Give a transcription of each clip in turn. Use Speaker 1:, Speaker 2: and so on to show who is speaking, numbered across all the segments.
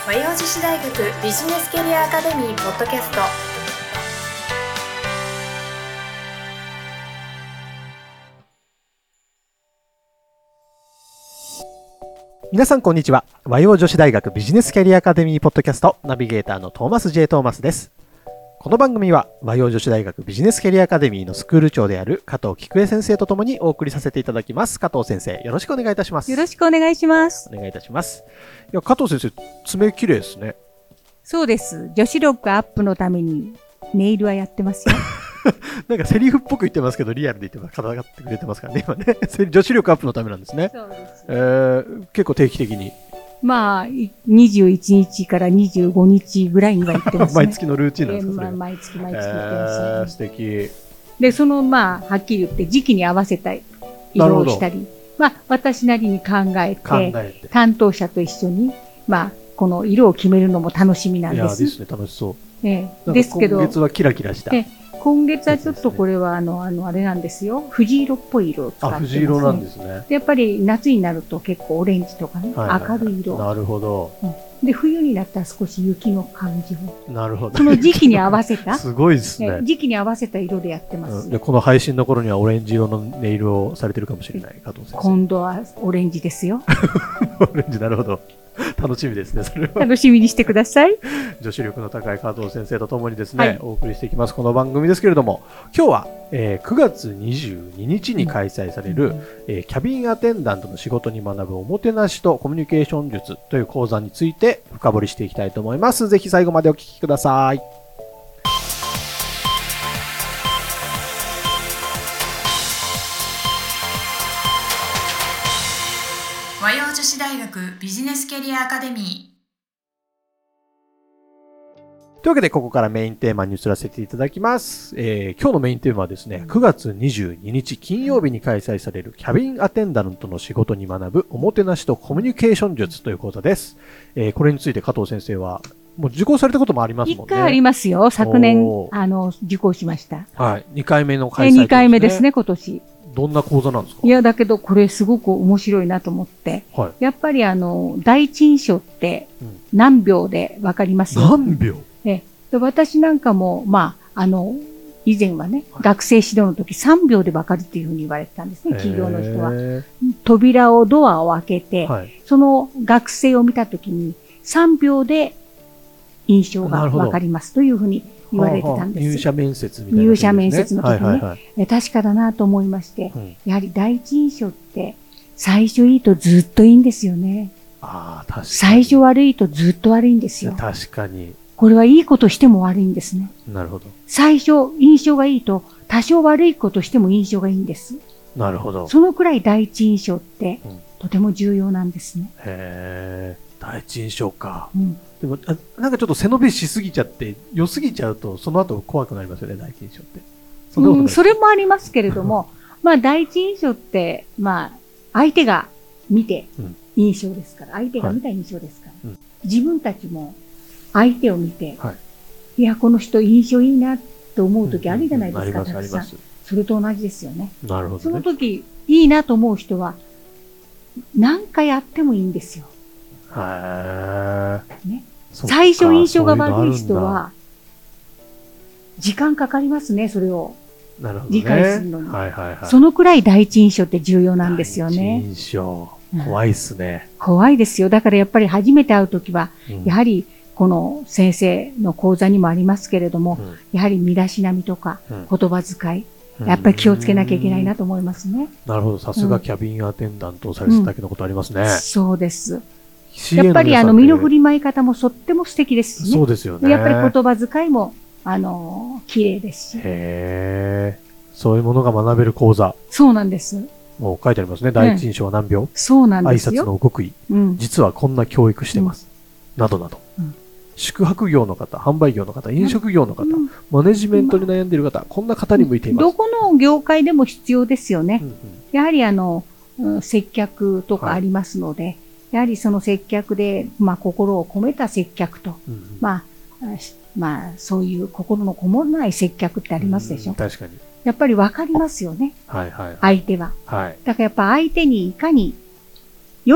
Speaker 1: 和洋女子大学ビジネスキャリアアカデミーポッドキャスト。
Speaker 2: 皆さんこんにちは。和洋女子大学ビジネスキャリアアカデミーポッドキャストナビゲーターのトーマス J. トーマスです。この番組は和洋女子大学ビジネスキャリアアカデミーのスクール長である加藤菊江先生とともにお送りさせていただきます。加藤先生、よろしくお願いいたします。
Speaker 3: よろしくお願いします。
Speaker 2: お願いいたします。いや、加藤先生、爪綺麗ですね。
Speaker 3: そうです。女子力アップのためにネイルはやってますよ。
Speaker 2: なんかセリフっぽく言ってますけど、リアルで言ってます。語ってくれてますからね、今ね。女子力アップのためなんですね。
Speaker 3: そうです。
Speaker 2: 結構定期的に。
Speaker 3: まあ、21日から25日ぐらいには行ってますね。
Speaker 2: 毎月のルーチンなんですか、それ。
Speaker 3: 毎月行ってます、
Speaker 2: 素敵。
Speaker 3: で、はっきり言って時期に合わせた色をしたり、私なりに考えて、担当者と一緒に、この色を決めるのも楽しみなんです。
Speaker 2: いや、ですね、楽しそう。
Speaker 3: ですけど、
Speaker 2: 今月はキラキラした。
Speaker 3: 今月はちょっとこれはあれなんですよ。藤色っぽい色を使ってますね。
Speaker 2: 藤色なんですね。
Speaker 3: で、やっぱり夏になると結構オレンジとかね、明るい色。
Speaker 2: なるほど。
Speaker 3: で、冬になったら少し雪の感じを。
Speaker 2: なるほど。
Speaker 3: その時期に合わせた。
Speaker 2: すごいですね。
Speaker 3: 時期に合わせた色でやってます。
Speaker 2: で、この配信の頃にはオレンジ色のネイルをされてるかもしれない、加藤先生。
Speaker 3: 今度はオレンジですよ。
Speaker 2: オレンジ、なるほど。楽しみですね、それは。
Speaker 3: 楽しみにしてください。
Speaker 2: 女子力の高い加藤先生とともにですね、お送りしていきます、この番組ですけれども、今日は、9月22日に開催される、キャビンアテンダントの仕事に学ぶおもてなしとコミュニケーション術という講座について深掘りしていきたいと思います。ぜひ最後までお聞きください。
Speaker 1: 和洋女子大学ビジネスキャリアアカデミー。
Speaker 2: というわけで、ここからメインテーマに移らせていただきます。今日のメインテーマはですね、9月22日金曜日に開催されるキャビンアテンダントの仕事に学ぶおもてなしとコミュニケーション術という講座です。これについて加藤先生はもう受講されたこともありますもんね。
Speaker 3: 1回ありますよ。昨年、受講しました。
Speaker 2: はい。2回目の開催ですね。
Speaker 3: 2回目ですね、今年。
Speaker 2: どんな講座なんですか？
Speaker 3: いや、だけどこれすごく面白いなと思って。やっぱり第一印象って何秒でわかりますよ。
Speaker 2: 何秒？
Speaker 3: 私なんかも、以前はね、学生指導の時3秒でわかるっていうふうに言われてたんですね、企業の人は。ドアを開けて、その学生を見た時に3秒で印象がわかりますというふうに言われてたんです。
Speaker 2: 入社面接みたいな、
Speaker 3: 入社面接の時にね、確かだなと思いまして、やはり第一印象って最初いいとずっといいんですよね。
Speaker 2: 確かに。
Speaker 3: 最初悪いとずっと悪いんですよ。
Speaker 2: 確かに。
Speaker 3: これはいいことしても悪いんですね。
Speaker 2: なるほど。
Speaker 3: 最初、印象がいいと、多少悪いことしても印象がいいんです。
Speaker 2: なるほど。
Speaker 3: そのくらい第一印象って、とても重要なんですね。
Speaker 2: 第一印象か。でも、なんかちょっと背伸びしすぎちゃって、良すぎちゃうと、その後怖くなりますよね、第一印象って。
Speaker 3: それもありますけれども、第一印象って、相手が見て印象ですから、相手が見た印象ですから、自分たちも、相手を見て、いや、この人印象いいなと思うときあるじゃないですか、たくさん。それと同じですよね。
Speaker 2: なるほどね。
Speaker 3: その時、いいなと思う人は、何回やってもいいんですよ。ね、最初印象が悪い人は、時間かかりますね、それを理解するのに。そのくらい第一印象って重要なんですよね。
Speaker 2: 第一印象。怖いっすね。
Speaker 3: 怖いですよ。だからやっぱり初めて会うときは、やはり、この先生の講座にもありますけれども、やはり身だしなみとか言葉遣い、やっぱり気をつけなきゃいけないなと思いますね。
Speaker 2: なるほど。さすがキャビンアテンダントをされてただけのことありますね。
Speaker 3: そうです。やっぱり身の振り舞い方もとっても素敵ですしね。
Speaker 2: そうですよね。
Speaker 3: やっぱり言葉遣いも、綺麗ですし。
Speaker 2: そういうものが学べる講座。
Speaker 3: そうなんです。
Speaker 2: もう書いてありますね。第一印象は何秒？
Speaker 3: そうなんですよ。
Speaker 2: 挨拶の極意。実はこんな教育してます。などなど。宿泊業の方、販売業の方、飲食業の方、マネジメントに悩んでいる方、こんな方に向いています。
Speaker 3: どこの業界でも必要ですよね。やはり接客とかありますので、やはりその接客で、心を込めた接客と、そういう心のこもらない接客ってありますでしょ。
Speaker 2: 確かに。
Speaker 3: やっぱり分かりますよね。相手は。だからやっぱ相手にいかに良い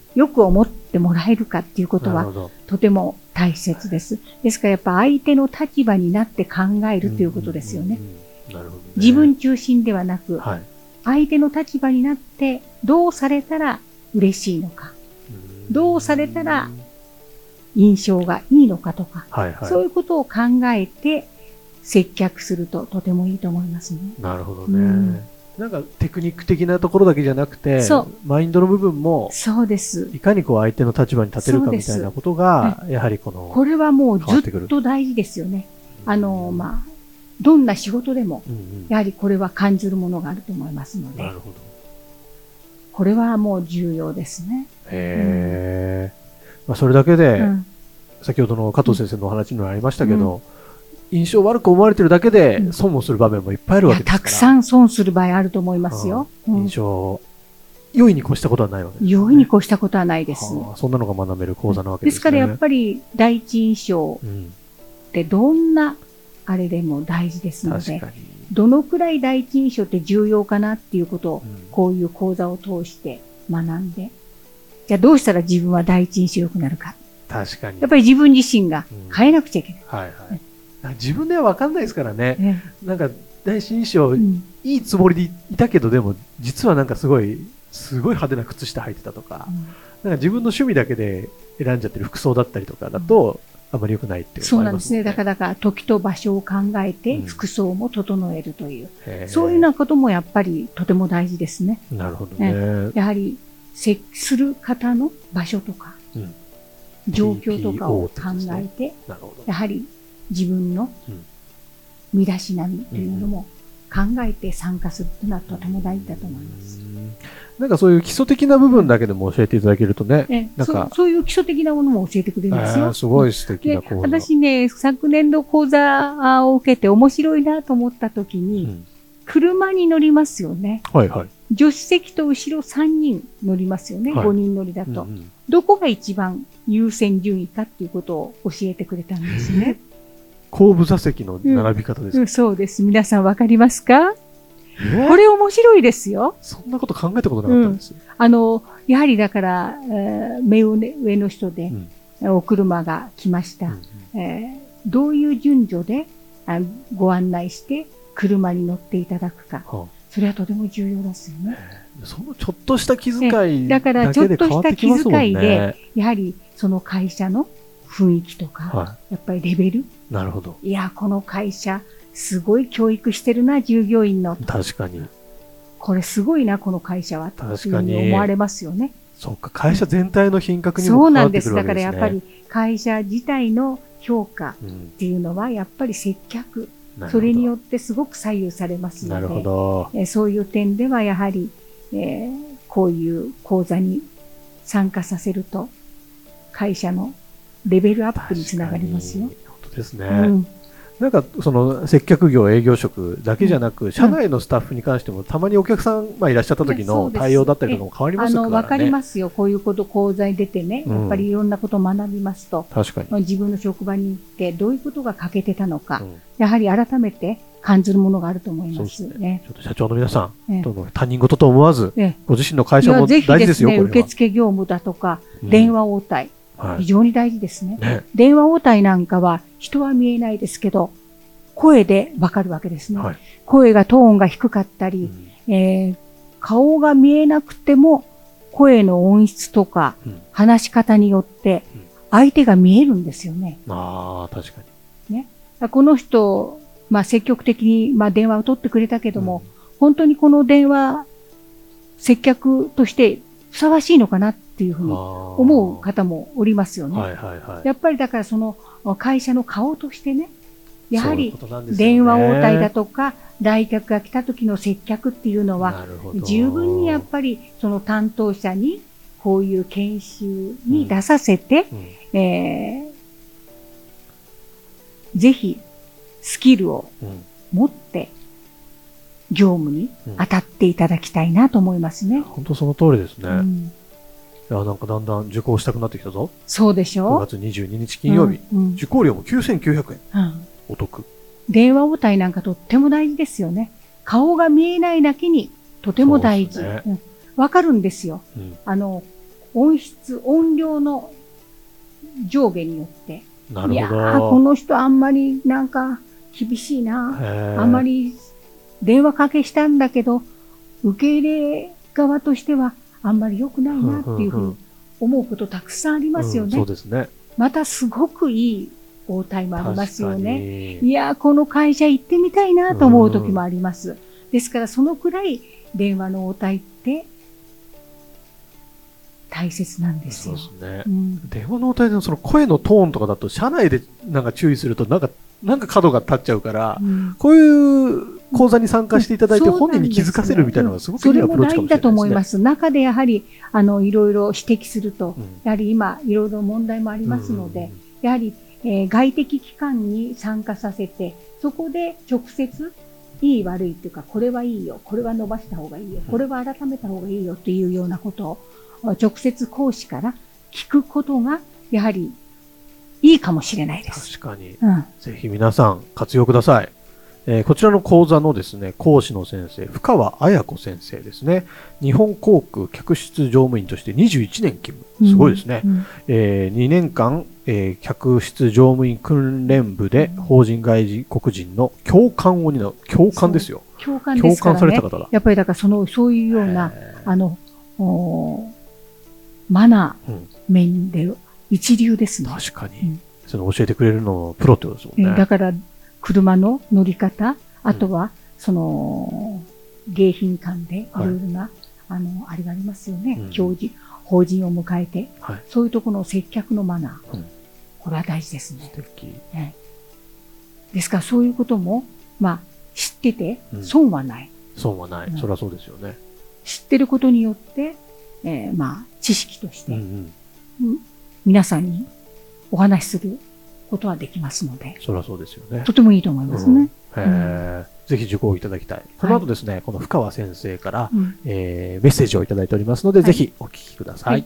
Speaker 3: よく思ってもらえるかっていうことは
Speaker 2: なるほど。
Speaker 3: とても大切です。ですからやっぱ相手の立場になって考えるということですよね。
Speaker 2: なるほどね。
Speaker 3: 自分中心ではなく、
Speaker 2: はい。
Speaker 3: 相手の立場になってどうされたら嬉しいのか、どうされたら印象がいいのかとか、
Speaker 2: はいはい。
Speaker 3: そういうことを考えて接客するととてもいいと思いますね。
Speaker 2: なるほど
Speaker 3: う
Speaker 2: ね
Speaker 3: ん。
Speaker 2: なんかテクニック的なところだけじゃなくて
Speaker 3: そう、
Speaker 2: マインドの部分も、
Speaker 3: そうです。
Speaker 2: いかにこう相手の立場に立てるかみたいなことが、やはりこの、
Speaker 3: これはもうず
Speaker 2: 変わってくる
Speaker 3: っと大事ですよね。どんな仕事でも、
Speaker 2: うんうん
Speaker 3: やはりこれは感じるものがあると思いますので、
Speaker 2: なるほど。
Speaker 3: これはもう重要ですね。
Speaker 2: へえ。まあそれだけで、
Speaker 3: うん
Speaker 2: 先ほどの加藤先生のお話にもありましたけど、印象悪く思われてるだけで
Speaker 3: うん
Speaker 2: 損をする場面もいっぱいある
Speaker 3: いや
Speaker 2: わけですから。
Speaker 3: たくさん損する場合あると思いますよ。うん
Speaker 2: 印象、良いに越したことはないわけですね。
Speaker 3: 容易に越したことはないです。
Speaker 2: はあそんなのが学べる講座なわけですね。
Speaker 3: ですからやっぱり第一印象
Speaker 2: うん、
Speaker 3: ってどんなあれでも大事ですので
Speaker 2: 確か、に。
Speaker 3: どのくらい第一印象って重要かなっていうことを、
Speaker 2: うん
Speaker 3: こういう講座を通して学んで、じゃあどうしたら自分は第一印象良くなるか。
Speaker 2: 確かに。
Speaker 3: やっぱり自分自身が変えなくちゃいけない。
Speaker 2: はいはい。自分では分かんないですからね。
Speaker 3: ね
Speaker 2: なんか、第一印象、
Speaker 3: うん
Speaker 2: いいつもりでいたけど、でも、実はなんかすごい派手な靴下履いてたとか、なんか自分の趣味だけで選んじゃってる服装だったりとかだと、あまり良くないっていう
Speaker 3: そう
Speaker 2: のがあ
Speaker 3: なんですね。
Speaker 2: りますもんね。
Speaker 3: だから時と場所を考えて
Speaker 2: うん
Speaker 3: 服装も整えるという、
Speaker 2: へー
Speaker 3: そういうようなこともやっぱりとても大事ですね。
Speaker 2: なるほどね。
Speaker 3: やはり接する方の場所とか、
Speaker 2: うん
Speaker 3: 状況とかを
Speaker 2: TPO
Speaker 3: 考
Speaker 2: ってですね
Speaker 3: えて、
Speaker 2: なるほど。
Speaker 3: やはり自分の身だしなみというのも考えて参加するというのはとても大事だと思います。
Speaker 2: なんかそういう基礎的な部分だけでも教えていただけるとね、なんか、
Speaker 3: そういう基礎的なものも教えてくれるんですよ。
Speaker 2: すごい素敵
Speaker 3: で
Speaker 2: な講座。
Speaker 3: 私ね、昨年度講座を受けて面白いなと思った時に、
Speaker 2: うん
Speaker 3: 車に乗りますよね。
Speaker 2: はいはい。
Speaker 3: 助手席と後ろ3人乗りますよね。
Speaker 2: はい
Speaker 3: 5人乗りだと。
Speaker 2: うんうん
Speaker 3: どこが一番優先順位かっていうことを教えてくれたんですね。
Speaker 2: 後部座席の並び方ですか、
Speaker 3: うん、そうです。皆さんわかりますか？
Speaker 2: え
Speaker 3: これ面白いですよ。
Speaker 2: そんなこと考えたことなかったんです。
Speaker 3: やはりだから、目上の人で、お車が来ました。どういう順序でご案内して車に乗っていただくか。それはとても重要ですよね。
Speaker 2: そのちょっとした気遣い
Speaker 3: だからちょっとした気遣いで
Speaker 2: ね、
Speaker 3: やはりその会社の雰囲気とか、やっぱりレベル。
Speaker 2: なるほど。
Speaker 3: いや、この会社、すごい教育してるな、従業員の。
Speaker 2: 確かに。
Speaker 3: これすごいな、この会社は。
Speaker 2: 確かに。
Speaker 3: というふうに思われますよね。
Speaker 2: そっか、会社全体の品格にも
Speaker 3: そう
Speaker 2: 関わ
Speaker 3: なんです。
Speaker 2: ってくるわけですね。
Speaker 3: だからやっぱり会社自体の評価っていうのは、やっぱり接客。それによってすごく左右されますので、
Speaker 2: なるほど。
Speaker 3: そういう点ではやはり、こういう講座に参加させると、会社のレベルアップにつながりますよ。
Speaker 2: 本当ですね。なんか、その、接客業、営業職だけじゃなく、社内のスタッフに関しても、たまにお客さん、いらっしゃった時の対応だったりとかも変わりますからね。
Speaker 3: わかりますよ。こういうこと、講座に出てね、やっぱりいろんなことを学びますと、
Speaker 2: 確かに。
Speaker 3: 自分の職場に行って、どういうことが欠けてたのか、やはり改めて感じるものがあると思いますね。
Speaker 2: ちょっと社長の皆さん、他人事と思わず、ご自身の会社も大事ですよ、これは。
Speaker 3: 受付業務だとか、電話応対、非常に大事ですね。電話応対なんかは、人は見えないですけど、声でわかるわけですね。声がトーンが低かったり、顔が見えなくても声の音質とか話し方によって相手が見えるんですよね。
Speaker 2: ああ、確か
Speaker 3: に。ね。この人、積極的に電話を取ってくれたけども、本当にこの電話、接客としてふさわしいのかなっていうふうに思う方もおりますよね。やっぱりだからその会社の顔としてね、やはり電話応対だとか来客が来た時の接客っていうのは十分にやっぱりその担当者にこういう研修に出させて、ぜひスキルを持って業務に当たっていただきたいなと思いますね。
Speaker 2: 本当その通りですね。いや、なんかだんだん受講したくなってきたぞ。
Speaker 3: そうでしょう。
Speaker 2: 9月22日金曜日。受講料も9900円。お得。
Speaker 3: 電話応対なんかとっても大事ですよね。顔が見えないだけにとても大事。わかるんですよ。 音量の上下によって、
Speaker 2: なるほど。
Speaker 3: いやー、この人あんまりなんか厳しいな。あんまり電話かけしたんだけど、受け入れ側としてはあんまり良くないなっていうふうに思うことたくさんありますよね。
Speaker 2: そうですね。
Speaker 3: またすごくいい応対もありますよね。いやー、この会社行ってみたいなと思う時もあります。ですからそのくらい電話の応対って大切なんですよ。
Speaker 2: そうですね。電話の応対のその声のトーンとかだと、社内でなんか注意するとなんか角が立っちゃうから、こういう講座に参加していただいて本人に気づかせるみたいなのがすごくいいアプローチかもしれないですね。それも大事だと思います。中でやはりいろいろ指摘すると、やはり今いろいろ問題もありますので、やはり、外的機関に参加させて、そこで直接いい悪いというか、これはいいよ、これは伸ばした方がいいよ、これは改めた方がいいよというようなことを直接講師から聞くことがやはりいいかもしれないです。 確かに。ぜひ皆さん活用ください。こちらの講座のですね、講師の先生、深川綾子先生ですね。日本航空客室乗務員として21年勤務。すごいですね。2年間、客室乗務員訓練部で法人外国人の教官を担う。教官ですよ。
Speaker 3: 教官ですからね。
Speaker 2: 教官された方だ。
Speaker 3: やっぱりだからそういうような、マナー面で一流ですね。
Speaker 2: 確かに。その教えてくれるのプロってことですもんね。
Speaker 3: だから、車の乗り方、あとは、迎賓館でいろいろな、あれがありますよね。法人を迎えて、そういうところの接客のマナー。これは大事ですね。
Speaker 2: 素敵。
Speaker 3: ですから、そういうことも、知ってて、損はない。
Speaker 2: 損はない。そりゃそうですよね。
Speaker 3: 知ってることによって、知識として、皆さんにお話しすることはできますので。
Speaker 2: そりゃそうですよね。
Speaker 3: とてもいいと思いますね。
Speaker 2: ぜひ受講いただきたい。この後ですね、この深川先生から、メッセージをいただいておりますので、ぜひお聞きください。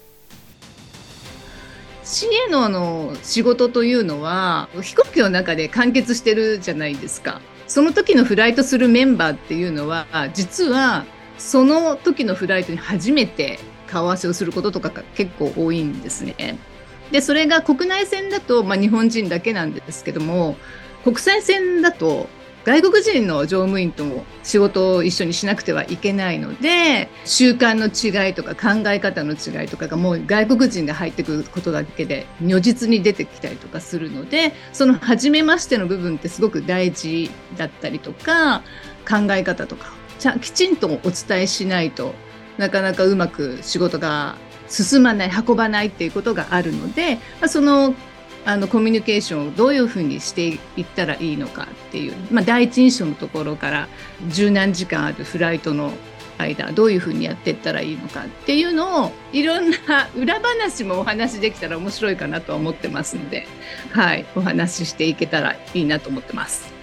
Speaker 4: CA の仕事というのは、飛行機の中で完結してるじゃないですか。その時のフライトするメンバーっていうのは、実はその時のフライトに初めて顔合わせをすることとかが結構多いんですね。で、それが国内線だと、日本人だけなんですけども、国際線だと外国人の乗務員とも仕事を一緒にしなくてはいけないので、習慣の違いとか考え方の違いとかがもう外国人が入ってくることだけで如実に出てきたりとかするので、その初めましての部分ってすごく大事だったりとか、考え方とかきちんとお伝えしないとなかなかうまく仕事が進まない、運ばないっていうことがあるので、そのコミュニケーションをどういうふうにしていったらいいのかっていう、第一印象のところから十何時間あるフライトの間どういうふうにやっていったらいいのかっていうのを、いろんな裏話もお話できたら面白いかなと思ってますので、お話ししていけたらいいなと思ってます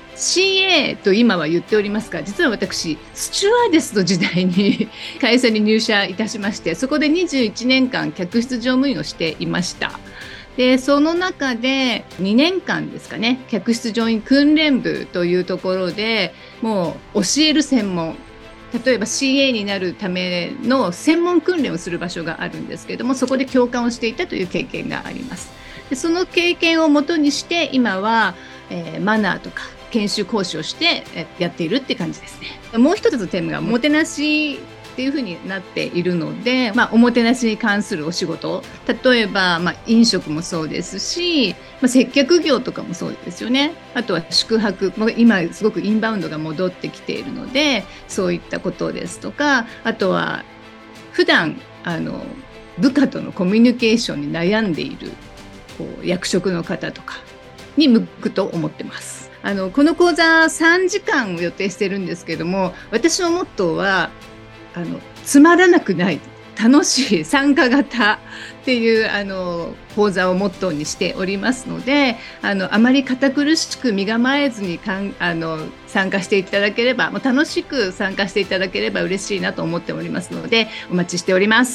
Speaker 4: 。CA と今は言っておりますが、実は私スチュワーデスの時代に会社に入社いたしまして、そこで21年間客室乗務員をしていました。で、その中で2年間ですかね、客室乗務員訓練部というところでもう教える専門、例えば CA になるための専門訓練をする場所があるんですけれども、そこで教官をしていたという経験があります。で、その経験をもとにして今は、マナーとか研修講師をしてやっているって感じですね。もう一つのテーマがおもてなしっていうふうになっているので、おもてなしに関するお仕事、例えば、飲食もそうですし、接客業とかもそうですよね。あとは宿泊、今すごくインバウンドが戻ってきているので、そういったことですとか、あとは普段部下とのコミュニケーションに悩んでいる役職の方とかに向くと思ってます。この講座3時間を予定してるんですけども、私のモットーはつまらなくない、楽しい参加型っていう講座をモットーにしておりますので、あまり堅苦しく身構えずに参加していただければ、楽しく参加していただければ嬉しいなと思っておりますので、お待ちしております。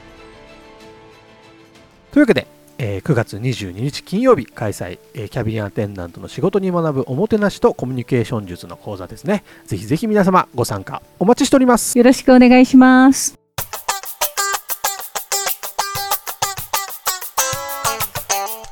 Speaker 2: というわけで、9月22日金曜日開催、キャビンアテンダントの仕事に学ぶおもてなしとコミュニケーション術の講座ですね。ぜひぜひ皆様ご参加お待ちしております。
Speaker 3: よろしくお願いします。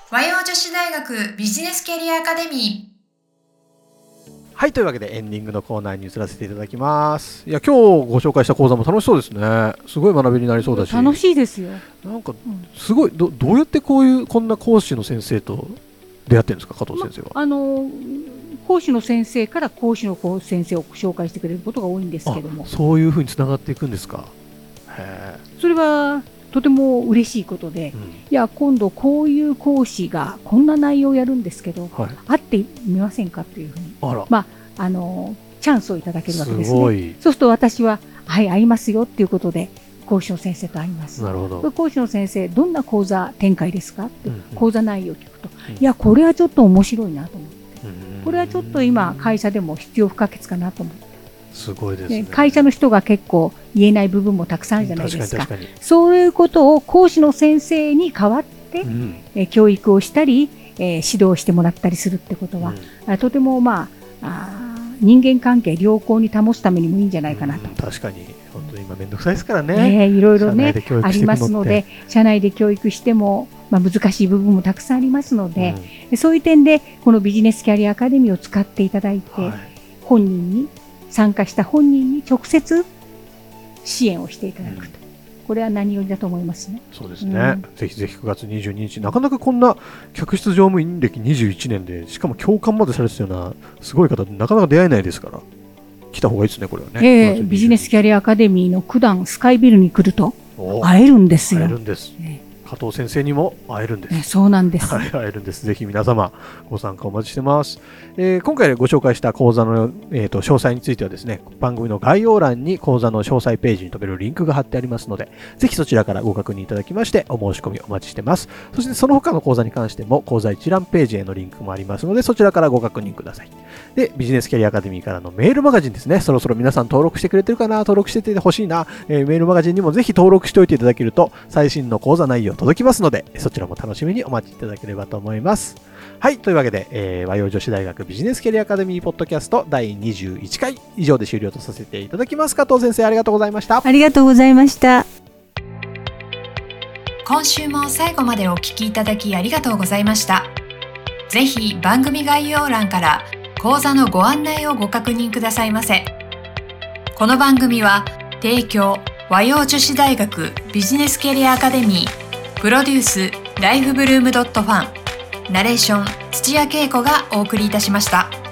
Speaker 1: 和洋女子大学ビジネスキャリアアカデミー。
Speaker 2: はい、というわけでエンディングのコーナーに移らせていただきます。いや、今日ご紹介した講座も楽しそうですね。すごい学びになりそうだし、
Speaker 3: 楽しいですよ。
Speaker 2: なんかすごい、どうやってこんな講師の先生と出会ってるんですか、加藤先生は。
Speaker 3: 講師の先生から講師の先生を紹介してくれることが多いんですけども、
Speaker 2: そういうふうにつながっていくんですか。へー。
Speaker 3: それはとても嬉しいことで、いや今度こういう講師がこんな内容をやるんですけど、会ってみませんかというふうに、チャンスをいただけるわけですね。そうすると私ははい会いますよっていうことで講師の先生と会います。
Speaker 2: なるほど。
Speaker 3: 講師の先生どんな講座展開ですかって、講座内容を聞くと、いやこれはちょっと面白いなと思って、これはちょっと今会社でも必要不可欠かなと思って。
Speaker 2: すごいですね。
Speaker 3: 会社の人が結構言えない部分もたくさんあるじゃないですか。そういうことを講師の先生に代わって、教育をしたり、指導してもらったりするってことは、とても人間関係良好に保つためにもいいんじゃないかなと。
Speaker 2: 確かに本当に今めんどくさいですからね。
Speaker 3: いろいろねありますので、社内で教育しても難しい部分もたくさんありますので、そういう点でこのビジネスキャリアアカデミーを使っていただいて、参加した本人に直接支援をしていただくと、これは何よりだと思いますね。
Speaker 2: そうですね、ぜひぜひ9月22日、なかなかこんな客室乗務員歴21年で、しかも教官までされてたようなすごい方、なかなか出会えないですから、来た方がいいですね、これはね。
Speaker 3: ビジネスキャリアアカデミーの九段スカイビルに来ると会えるんですよ。
Speaker 2: 会えるんです。加藤先生にも会えるんです。
Speaker 3: そうなんです。
Speaker 2: 会えるんです。ぜひ皆様ご参加お待ちしてます。今回ご紹介した講座の、詳細についてはですね、番組の概要欄に講座の詳細ページに飛べるリンクが貼ってありますので、ぜひそちらからご確認いただきましてお申し込みお待ちしてます。そしてその他の講座に関しても講座一覧ページへのリンクもありますので、そちらからご確認ください。で、ビジネスキャリアアカデミーからのメールマガジンですね。そろそろ皆さん登録してくれてるかな、登録しててほしいな、メールマガジンにもぜひ登録しておいていただけると最新の講座内容届きますので、そちらも楽しみにお待ちいただければと思います。はい、というわけで、和洋女子大学ビジネスキャリアアカデミーポッドキャスト第21回以上で終了とさせていただきます。加藤先生、ありがとうございました。
Speaker 3: ありがとうございました。
Speaker 1: 今週も最後までお聞きいただきありがとうございました。ぜひ番組概要欄から講座のご案内をご確認くださいませ。この番組は提供和洋女子大学ビジネスキャリアアカデミー、プロデュースライフブルームドットファン、ナレーション土屋恵子がお送りいたしました。